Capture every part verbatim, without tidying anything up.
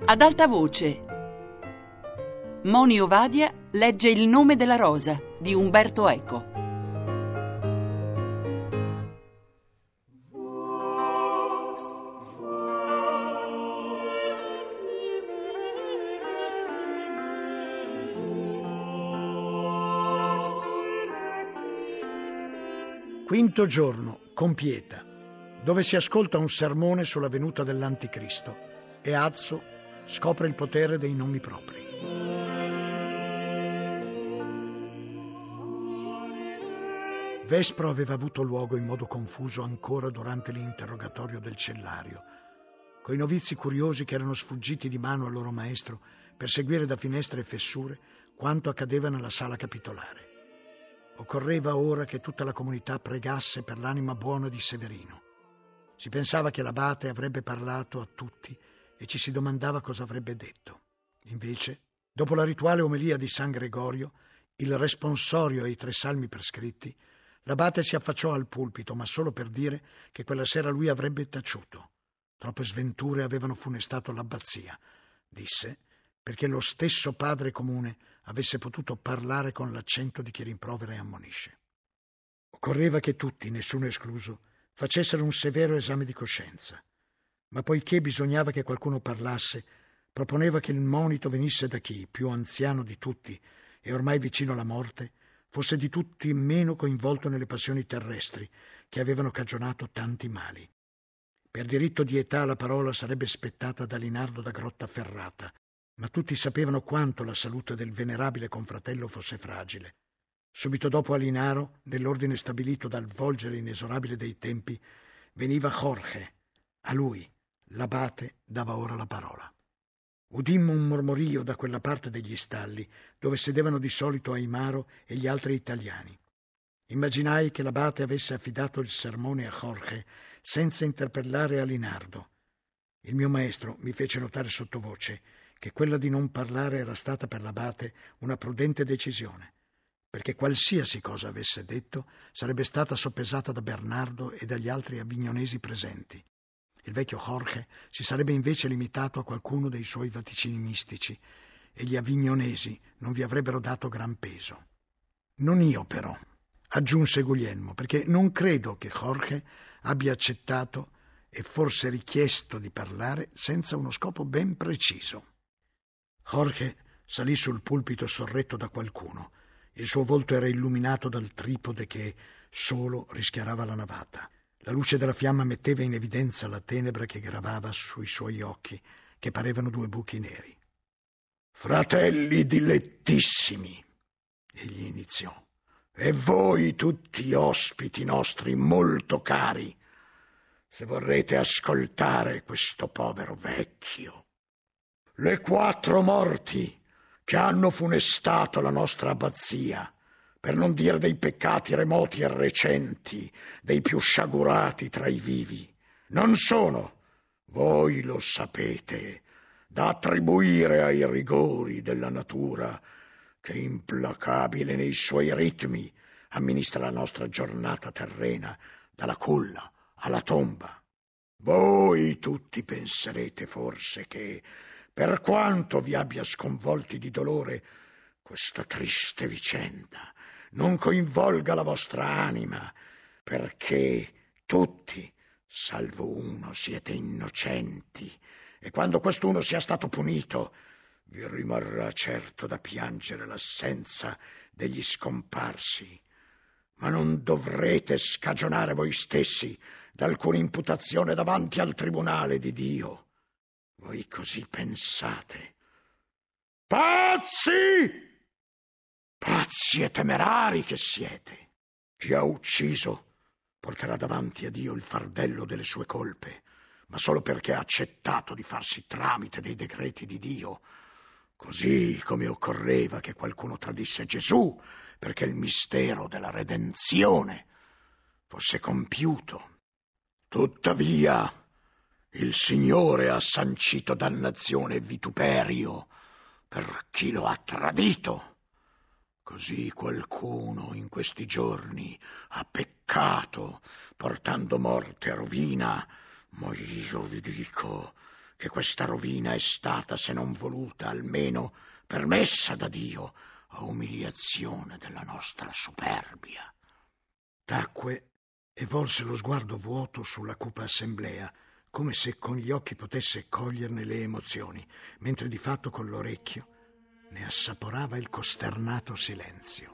Ad alta voce, Moni Ovadia legge Il nome della rosa di Umberto Eco. Quinto giorno, Compieta, dove si ascolta un sermone sulla venuta dell'Anticristo e Azzo scopre il potere dei nomi propri. Vespro aveva avuto luogo in modo confuso ancora durante l'interrogatorio del cellario, coi novizi curiosi che erano sfuggiti di mano al loro maestro per seguire da finestre e fessure quanto accadeva nella sala capitolare. Occorreva ora che tutta la comunità pregasse per l'anima buona di Severino. Si pensava che l'abate avrebbe parlato a tutti e ci si domandava cosa avrebbe detto. Invece, dopo la rituale omelia di San Gregorio, il responsorio e i tre salmi prescritti, l'abate si affacciò al pulpito, ma solo per dire che quella sera lui avrebbe taciuto. Troppe sventure avevano funestato l'abbazia, disse, perché lo stesso padre comune avesse potuto parlare con l'accento di chi rimprovera e ammonisce. Occorreva che tutti, nessuno escluso, facessero un severo esame di coscienza, ma poiché bisognava che qualcuno parlasse, proponeva che il monito venisse da chi, più anziano di tutti e ormai vicino alla morte, fosse di tutti meno coinvolto nelle passioni terrestri che avevano cagionato tanti mali. Per diritto di età la parola sarebbe spettata da Linardo da Grottaferrata, ma tutti sapevano quanto la salute del venerabile confratello fosse fragile. Subito dopo Alinaro, nell'ordine stabilito dal volgere inesorabile dei tempi, veniva Jorge. A lui, l'abate, dava ora la parola. Udimmo un mormorio da quella parte degli stalli, dove sedevano di solito Aimaro e gli altri italiani. Immaginai che l'abate avesse affidato il sermone a Jorge senza interpellare Alinardo. Il mio maestro mi fece notare sottovoce che quella di non parlare era stata per l'abate una prudente decisione, perché qualsiasi cosa avesse detto sarebbe stata soppesata da Bernardo e dagli altri avignonesi presenti. Il vecchio Jorge si sarebbe invece limitato a qualcuno dei suoi vaticini mistici e gli avignonesi non vi avrebbero dato gran peso. Non io però, aggiunse Guglielmo, perché non credo che Jorge abbia accettato e forse richiesto di parlare senza uno scopo ben preciso. Jorge salì sul pulpito sorretto da qualcuno. Il suo volto era illuminato dal tripode che solo rischiarava la navata. La luce della fiamma metteva in evidenza la tenebra che gravava sui suoi occhi, che parevano due buchi neri. «Fratelli dilettissimi», egli iniziò, «e voi tutti ospiti nostri molto cari, se vorrete ascoltare questo povero vecchio, le quattro morti che hanno funestato la nostra abbazia, per non dire dei peccati remoti e recenti, dei più sciagurati tra i vivi, non sono, voi lo sapete, da attribuire ai rigori della natura che implacabile nei suoi ritmi amministra la nostra giornata terrena dalla culla alla tomba. Voi tutti penserete forse che, per quanto vi abbia sconvolti di dolore questa triste vicenda, non coinvolga la vostra anima, perché tutti, salvo uno, siete innocenti, e quando quest'uno sia stato punito, vi rimarrà certo da piangere l'assenza degli scomparsi, ma non dovrete scagionare voi stessi d'alcuna imputazione davanti al tribunale di Dio. Voi così pensate. Pazzi! Pazzi e temerari che siete! Chi ha ucciso porterà davanti a Dio il fardello delle sue colpe, ma solo perché ha accettato di farsi tramite dei decreti di Dio, così come occorreva che qualcuno tradisse Gesù perché il mistero della redenzione fosse compiuto. Tuttavia, il Signore ha sancito dannazione e vituperio per chi lo ha tradito. Così qualcuno in questi giorni ha peccato, portando morte e rovina, ma io vi dico che questa rovina è stata, se non voluta, almeno permessa da Dio, a umiliazione della nostra superbia. Tacque e volse lo sguardo vuoto sulla cupa assemblea, come se con gli occhi potesse coglierne le emozioni, mentre di fatto con l'orecchio ne assaporava il costernato silenzio.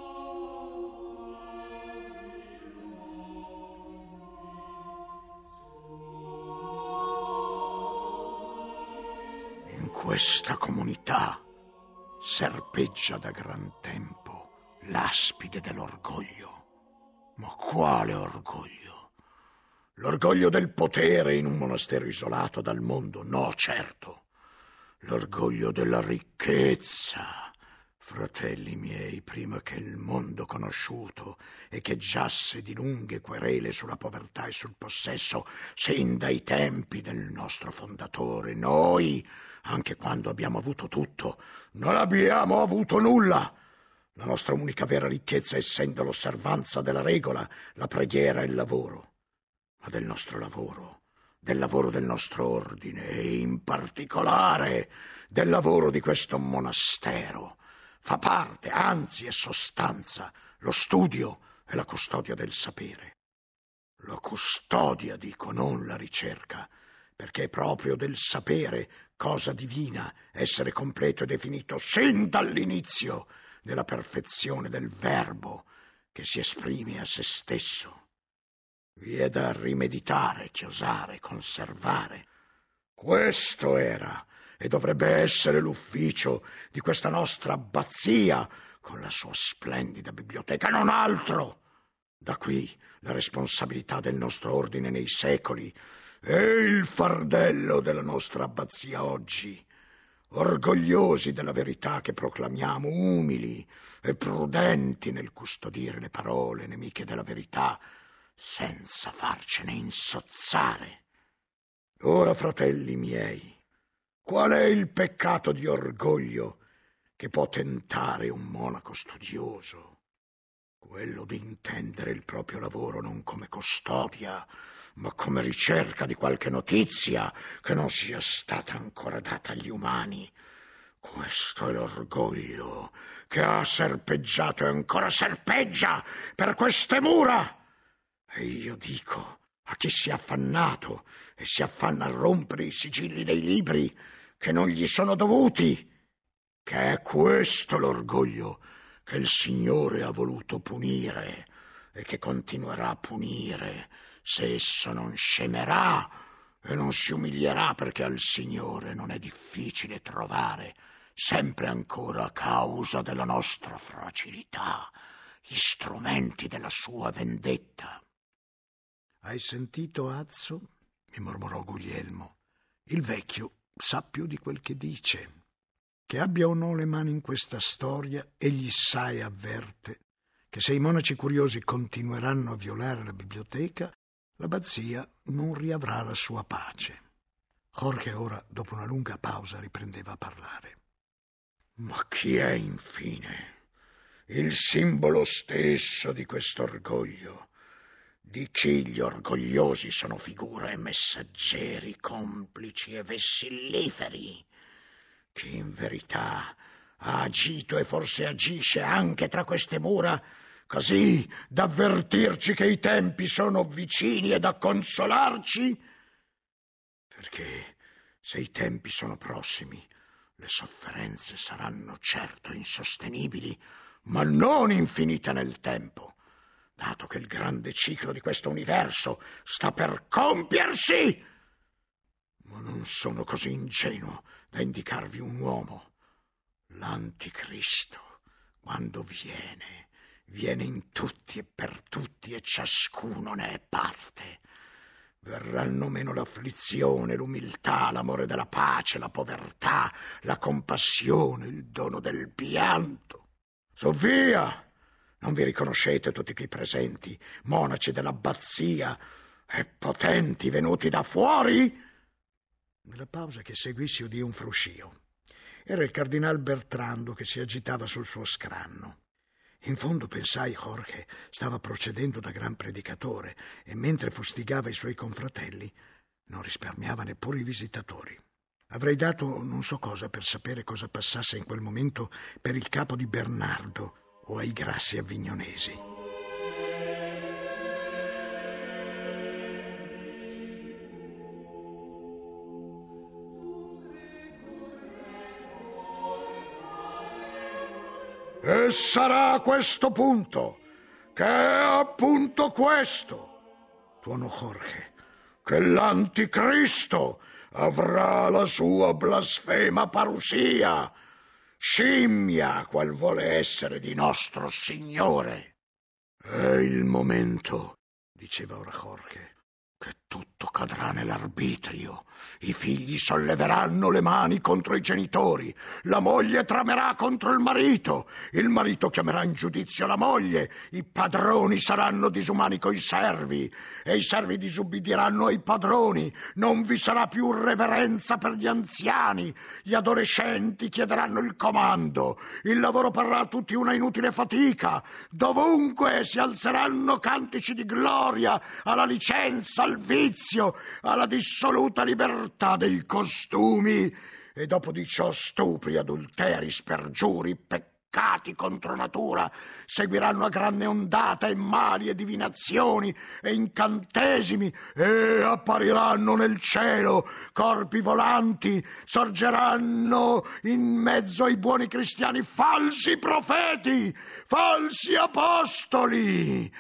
In questa comunità serpeggia da gran tempo l'aspide dell'orgoglio. Ma quale orgoglio? L'orgoglio del potere in un monastero isolato dal mondo? No, certo. L'orgoglio della ricchezza. Fratelli miei, prima che il mondo conosciuto echeggiasse di lunghe querele sulla povertà e sul possesso, sin dai tempi del nostro fondatore, noi, anche quando abbiamo avuto tutto, non abbiamo avuto nulla. La nostra unica vera ricchezza essendo l'osservanza della regola, la preghiera e il lavoro. Ma del nostro lavoro, del lavoro del nostro ordine e in particolare del lavoro di questo monastero, fa parte, anzi è sostanza, lo studio e la custodia del sapere. La custodia, dico, non la ricerca, perché è proprio del sapere cosa divina essere completo e definito sin dall'inizio della perfezione del verbo che si esprime a se stesso. Vi è da rimeditare, chiosare, conservare. Questo era e dovrebbe essere l'ufficio di questa nostra abbazia con la sua splendida biblioteca, non altro. Da qui la responsabilità del nostro ordine nei secoli e il fardello della nostra abbazia oggi. Orgogliosi della verità che proclamiamo, umili e prudenti nel custodire le parole nemiche della verità, senza farcene insozzare. Ora, fratelli miei, qual è il peccato di orgoglio che può tentare un monaco studioso? Quello di intendere il proprio lavoro non come custodia, ma come ricerca di qualche notizia che non sia stata ancora data agli umani. Questo è l'orgoglio che ha serpeggiato e ancora serpeggia per queste mura. E io dico a chi si è affannato e si affanna a rompere i sigilli dei libri che non gli sono dovuti, che è questo l'orgoglio che il Signore ha voluto punire e che continuerà a punire se esso non scemerà e non si umilierà, perché al Signore non è difficile trovare, sempre ancora a causa della nostra fragilità, gli strumenti della sua vendetta. Hai sentito, Azzo? Mi mormorò Guglielmo. Il vecchio sa più di quel che dice. Che abbia o no le mani in questa storia, egli sa e avverte che se i monaci curiosi continueranno a violare la biblioteca, l'abbazia non riavrà la sua pace. Jorge ora, dopo una lunga pausa, riprendeva a parlare. Ma chi è, infine, il simbolo stesso di questo orgoglio? Di chi gli orgogliosi sono figure e messaggeri, complici e vessilliferi? Chi in verità ha agito e forse agisce anche tra queste mura, così da avvertirci che i tempi sono vicini e da consolarci? Perché se i tempi sono prossimi, le sofferenze saranno certo insostenibili, ma non infinite nel tempo, dato che il grande ciclo di questo universo sta per compiersi. Ma non sono così ingenuo da indicarvi un uomo. L'Anticristo, quando viene, viene in tutti e per tutti e ciascuno ne è parte. Verranno meno l'afflizione, l'umiltà, l'amore della pace, la povertà, la compassione, il dono del pianto. Su via! Non vi riconoscete tutti qui presenti, monaci dell'abbazia e potenti venuti da fuori? Nella pausa che seguì si udì un fruscio. Era il cardinal Bertrando che si agitava sul suo scranno. In fondo, pensai, Jorge stava procedendo da gran predicatore e mentre fustigava i suoi confratelli non risparmiava neppure i visitatori. Avrei dato non so cosa per sapere cosa passasse in quel momento per il capo di Bernardo o ai grassi avignonesi. E sarà a questo punto, che è appunto questo, tuonò Jorge, che l'anticristo avrà la sua blasfema parusia, scimmia qual vuole essere di nostro Signore. È il momento, diceva ora Jorge, che tutto cadrà nell'arbitrio. I figli solleveranno le mani contro i genitori, la moglie tramerà contro il marito, il marito chiamerà in giudizio la moglie, i padroni saranno disumani coi servi e i servi disubbidiranno ai padroni, non vi sarà più reverenza per gli anziani, gli adolescenti chiederanno il comando, il lavoro parrà a tutti una inutile fatica, dovunque si alzeranno cantici di gloria alla licenza, al vizio, alla dissoluta libertà dei costumi, e dopo di ciò stupri, adulteri, spergiuri, peccati contro natura seguiranno a grande ondata, e mali e divinazioni e incantesimi, e appariranno nel cielo corpi volanti, sorgeranno in mezzo ai buoni cristiani falsi profeti, falsi apostoli,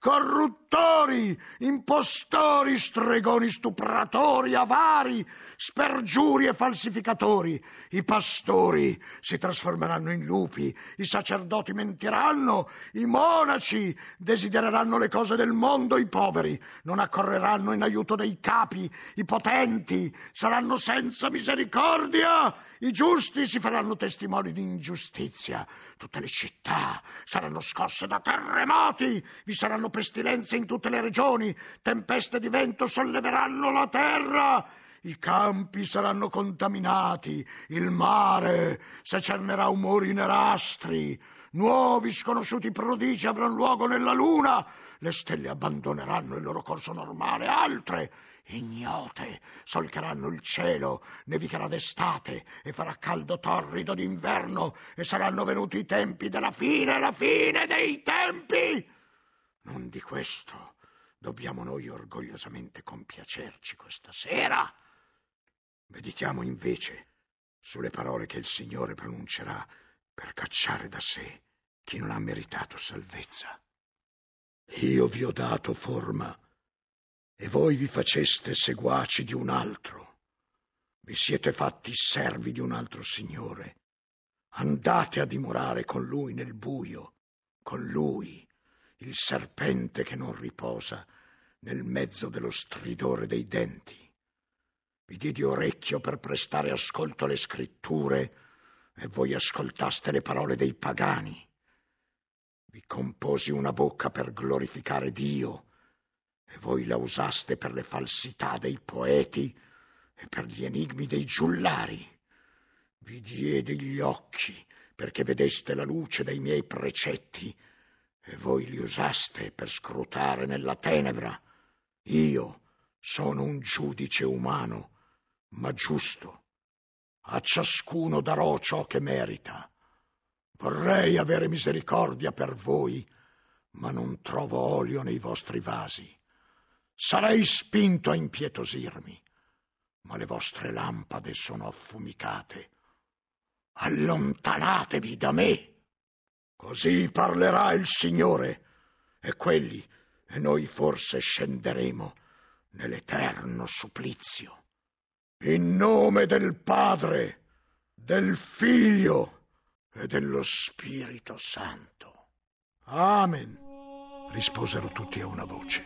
corruttori, impostori, stregoni, stupratori, avari, spergiuri e falsificatori. I pastori si trasformeranno in lupi, i sacerdoti mentiranno, i monaci desidereranno le cose del mondo, i poveri non accorreranno in aiuto dei capi, i potenti saranno senza misericordia, i giusti si faranno testimoni di ingiustizia, tutte le città saranno scosse da terremoti, vi saranno pestilenze in tutte le regioni, tempeste di vento solleveranno la terra, i campi saranno contaminati, il mare secernerà umori nerastri, nuovi sconosciuti prodigi avranno luogo nella luna, le stelle abbandoneranno il loro corso normale, altre ignote solcheranno il cielo, nevicherà d'estate e farà caldo torrido d'inverno, e saranno venuti i tempi della fine, la fine dei tempi. Non di questo dobbiamo noi orgogliosamente compiacerci questa sera. Meditiamo invece sulle parole che il Signore pronuncerà per cacciare da sé chi non ha meritato salvezza. Io vi ho dato forma e voi vi faceste seguaci di un altro. Vi siete fatti servi di un altro Signore. Andate a dimorare con Lui nel buio, con Lui, il serpente che non riposa nel mezzo dello stridore dei denti. Vi diedi orecchio per prestare ascolto alle scritture e voi ascoltaste le parole dei pagani. Vi composi una bocca per glorificare Dio e voi la usaste per le falsità dei poeti e per gli enigmi dei giullari. Vi diedi gli occhi perché vedeste la luce dei miei precetti e voi li usaste per scrutare nella tenebra. Io sono un giudice umano, ma giusto. A ciascuno darò ciò che merita. Vorrei avere misericordia per voi, ma non trovo olio nei vostri vasi. Sarei spinto a impietosirmi, ma le vostre lampade sono affumicate. Allontanatevi da me. Così parlerà il Signore, e quelli e noi forse scenderemo nell'eterno supplizio. In nome del Padre, del Figlio e dello Spirito Santo. Amen, risposero tutti a una voce.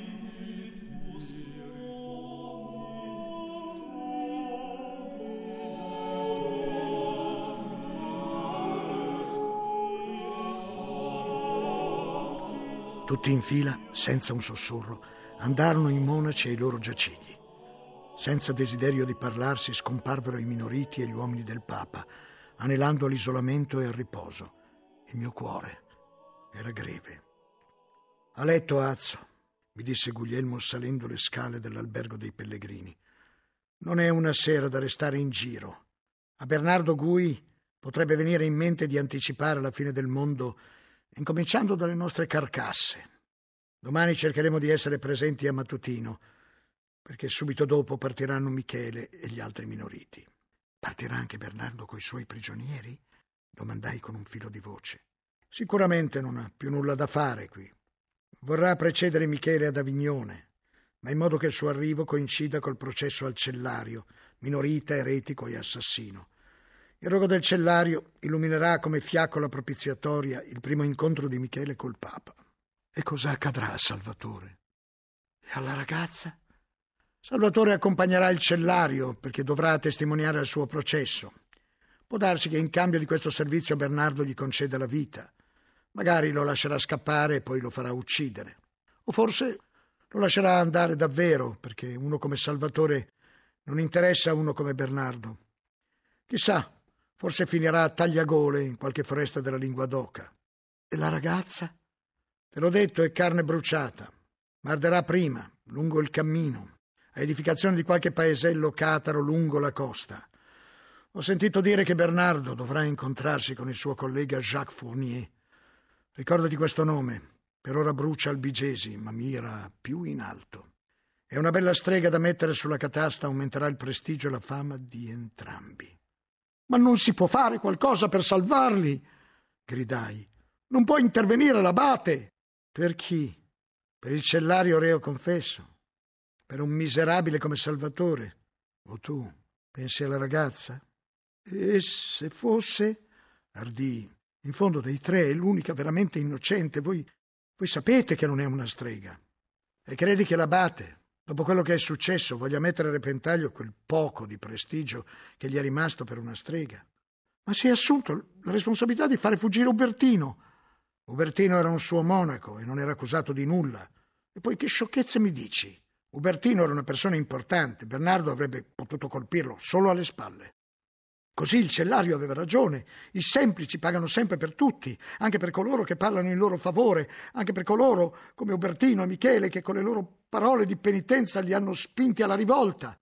Tutti in fila, senza un sussurro, andarono i monaci ai loro giacigli. Senza desiderio di parlarsi scomparvero i minoriti e gli uomini del Papa, anelando all'isolamento e al riposo. Il mio cuore era greve. A letto, Azzo, mi disse Guglielmo salendo le scale dell'albergo dei pellegrini. Non è una sera da restare in giro. A Bernardo Gui potrebbe venire in mente di anticipare la fine del mondo, incominciando dalle nostre carcasse. Domani cercheremo di essere presenti a mattutino, perché subito dopo partiranno Michele e gli altri minoriti. Partirà anche Bernardo coi suoi prigionieri? Domandai con un filo di voce. Sicuramente non ha più nulla da fare qui. Vorrà precedere Michele ad Avignone, ma in modo che il suo arrivo coincida col processo al Cellario, minorita, eretico e assassino. Il rogo del Cellario illuminerà come fiaccola propiziatoria il primo incontro di Michele col Papa. E cosa accadrà a Salvatore? E alla ragazza? Salvatore accompagnerà il Cellario perché dovrà testimoniare al suo processo. Può darsi che in cambio di questo servizio Bernardo gli conceda la vita. Magari lo lascerà scappare e poi lo farà uccidere. O forse lo lascerà andare davvero, perché uno come Salvatore non interessa a uno come Bernardo. Chissà, forse finirà a tagliagole in qualche foresta della lingua d'oca. E la ragazza? Te l'ho detto, è carne bruciata. Marderà prima, lungo il cammino, a edificazione di qualche paesello cataro lungo la costa. Ho sentito dire che Bernardo dovrà incontrarsi con il suo collega Jacques Fournier. Ricordati questo nome. Per ora brucia Albigesi, ma mira più in alto. È una bella strega da mettere sulla catasta, aumenterà il prestigio e la fama di entrambi. Ma non si può fare qualcosa per salvarli? Gridai. Non può intervenire l'abate. Per chi? Per il Cellario reo confesso? Per un miserabile come Salvatore? O tu pensi alla ragazza? E se fosse? Ardì. In fondo dei tre è l'unica veramente innocente. Voi, voi sapete che non è una strega. E credi che l'abate, dopo quello che è successo, voglia mettere a repentaglio quel poco di prestigio che gli è rimasto per una strega? Ma si è assunto la responsabilità di fare fuggire Ubertino. Ubertino era un suo monaco e non era accusato di nulla. E poi che sciocchezze mi dici? Ubertino era una persona importante. Bernardo avrebbe potuto colpirlo solo alle spalle. Così il Cellario aveva ragione. I semplici pagano sempre per tutti, anche per coloro che parlano in loro favore, anche per coloro come Ubertino e Michele che con le loro parole di penitenza li hanno spinti alla rivolta.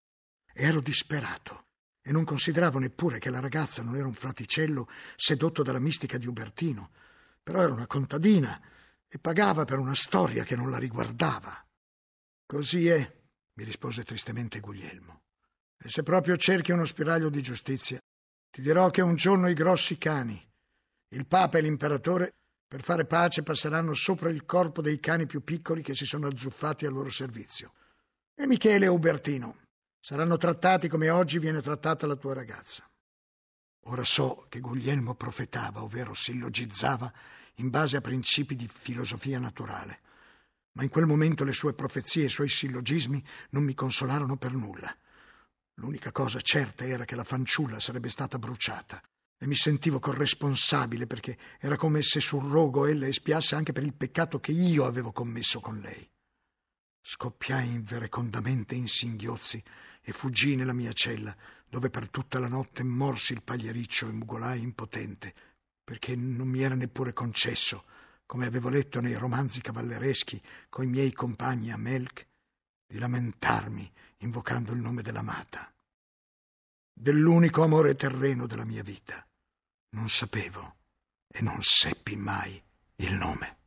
Ero disperato e non consideravo neppure che la ragazza non era un fraticello sedotto dalla mistica di Ubertino, però era una contadina e pagava per una storia che non la riguardava. Così è, mi rispose tristemente Guglielmo. E se proprio cerchi uno spiraglio di giustizia, ti dirò che un giorno i grossi cani, il Papa e l'imperatore, per fare pace passeranno sopra il corpo dei cani più piccoli che si sono azzuffati al loro servizio. E Michele e Ubertino saranno trattati come oggi viene trattata la tua ragazza. Ora so che Guglielmo profetava, ovvero sillogizzava, in base a principi di filosofia naturale. Ma in quel momento le sue profezie e i suoi sillogismi non mi consolarono per nulla. L'unica cosa certa era che la fanciulla sarebbe stata bruciata e mi sentivo corresponsabile perché era come se sul rogo ella espiasse anche per il peccato che io avevo commesso con lei. Scoppiai inverecondamente in singhiozzi e fuggii nella mia cella, dove per tutta la notte morsi il pagliericcio e mugolai impotente, perché non mi era neppure concesso, come avevo letto nei romanzi cavallereschi coi miei compagni a Melk, di lamentarmi invocando il nome dell'amata, dell'unico amore terreno della mia vita. Non sapevo e non seppi mai il nome.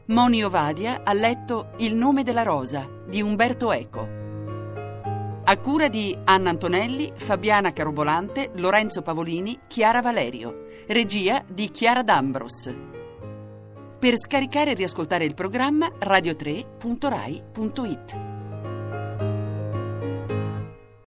Moni Ovadia ha letto Il nome della rosa di Umberto Eco. A cura di Anna Antonelli, Fabiana Carobolante, Lorenzo Pavolini, Chiara Valerio. Regia di Chiara D'Ambros. Per scaricare e riascoltare il programma radio tre punto rai punto it.